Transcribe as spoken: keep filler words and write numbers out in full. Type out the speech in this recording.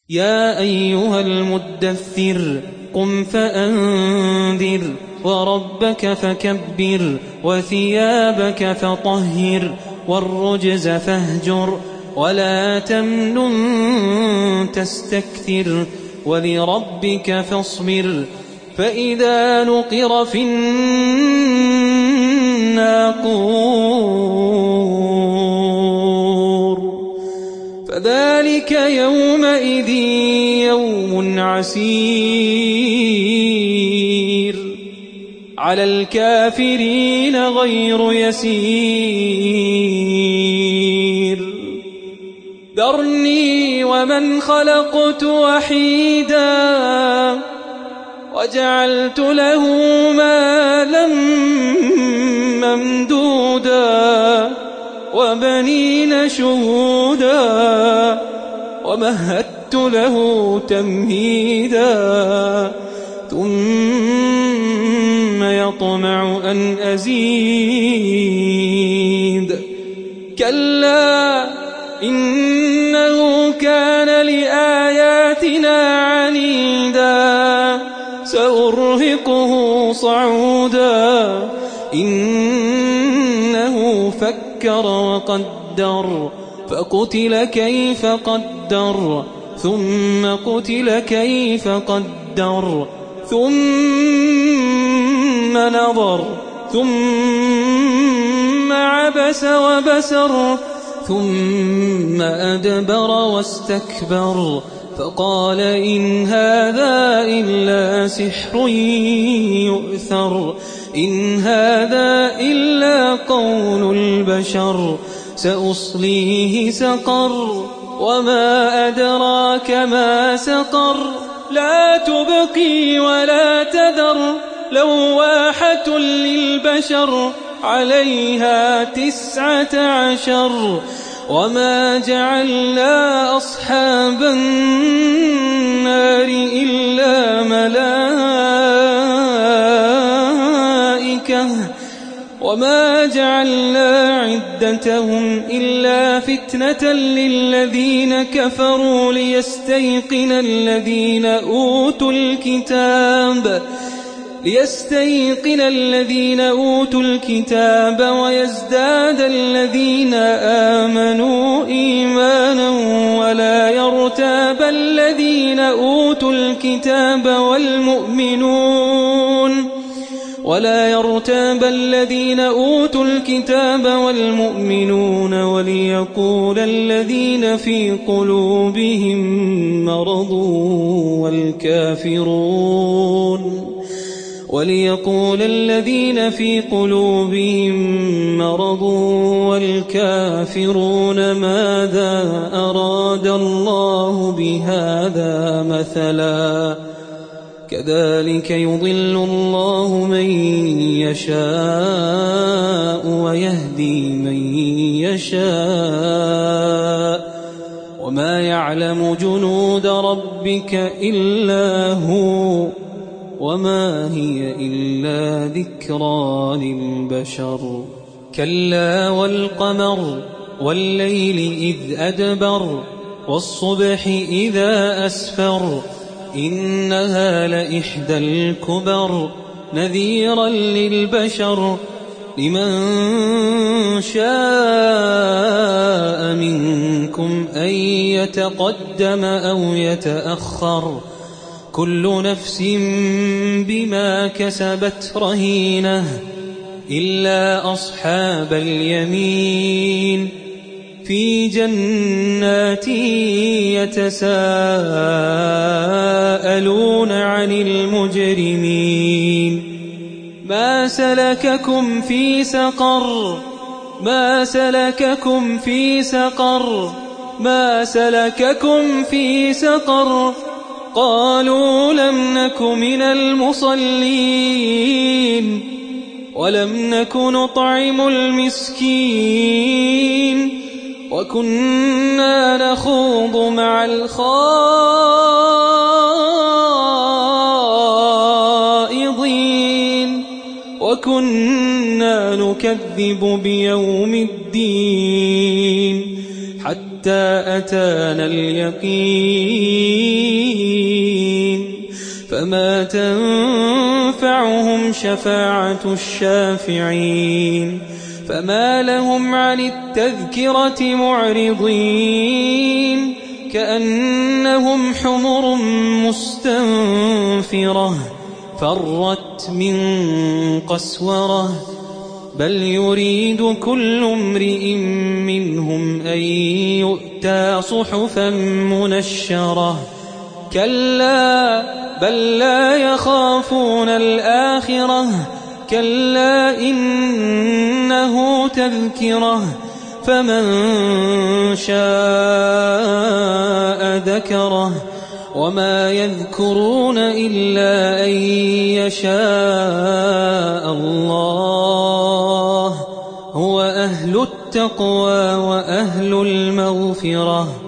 يا أيها المدثر قم فأنذر وربك فكبر وثيابك فطهر والرجز فاهجر ولا تمنن تستكثر ولربك فاصبر فإذا نقر في الناقور فذلك يومئذ يوم عسير على الكافرين غير يسير ذرني ومن خلقت وحيدا وجعلت له مالا ممدودا وبنين شهودا ومهدت له تمهيدا ثم يطمع أن أزيد كلا إنه كان لآياتنا عنيدا سأرهقه صعودا إنه فكر وقدر فقتل كيف قدر ثم قتل كيف قدر ثم نظر ثم عبس وبسر ثم أدبر واستكبر فقال إن هذا إلا سحر يؤثر إن هذا إلا قول البشر سأصليه سقر وما أدراك ما سقر لا تبقي ولا تذر لواحة للبشر عليها تسعة عشر وما جعلنا أصحاب النار إلا ملائكة وما جعلنا عدتهم إلا فتنة للذين كفروا ليستيقن الذين أوتوا الكتاب ليستيقن الذين أوتوا الكتاب ويزداد الذين آمنوا إيمانا ولا يرتاب الذين أوتوا الكتاب والمؤمنون ولا يرتاب الذين أوتوا الكتاب والمؤمنون وليقول الذين في قلوبهم مرض والكافرون وليقول الذين في قلوبهم مرض والكافرون ماذا أراد الله بهذا مثلا كذلك يضل الله من يشاء ويهدي من يشاء وما يعلم جنود ربك إلا هو وما هي إلا ذكرى للبشر كلا والقمر والليل إذ أدبر والصبح إذا أسفر إنها لإحدى الكبر نذيرا للبشر لمن شاء منكم أن يتقدم أو يتأخر كل نفس بما كسبت رهينة إلا أصحاب اليمين في جنات يتساءلون عن المجرمين ما سلككم في سقر ما سلككم في سقر ما سلككم في سقر قالوا لم نك من المصلين ولم نك نطعم المسكين وكنا نخوض مع الخائضين وكنا نكذب بيوم الدين حتى أتانا اليقين فما تنفعهم شفاعة الشافعين فما لهم عن التذكرة معرضين كأنهم حمر مستنفرة فرت من قسورة بل يريد كل امرئ منهم أن يؤتى صحفا منشرة كلا بل لا يخافون الآخرة كلا إنه تذكرة فمن شاء ذكره وما يذكرون إلا أن يشاء الله هو أهل التقوى وأهل المغفرة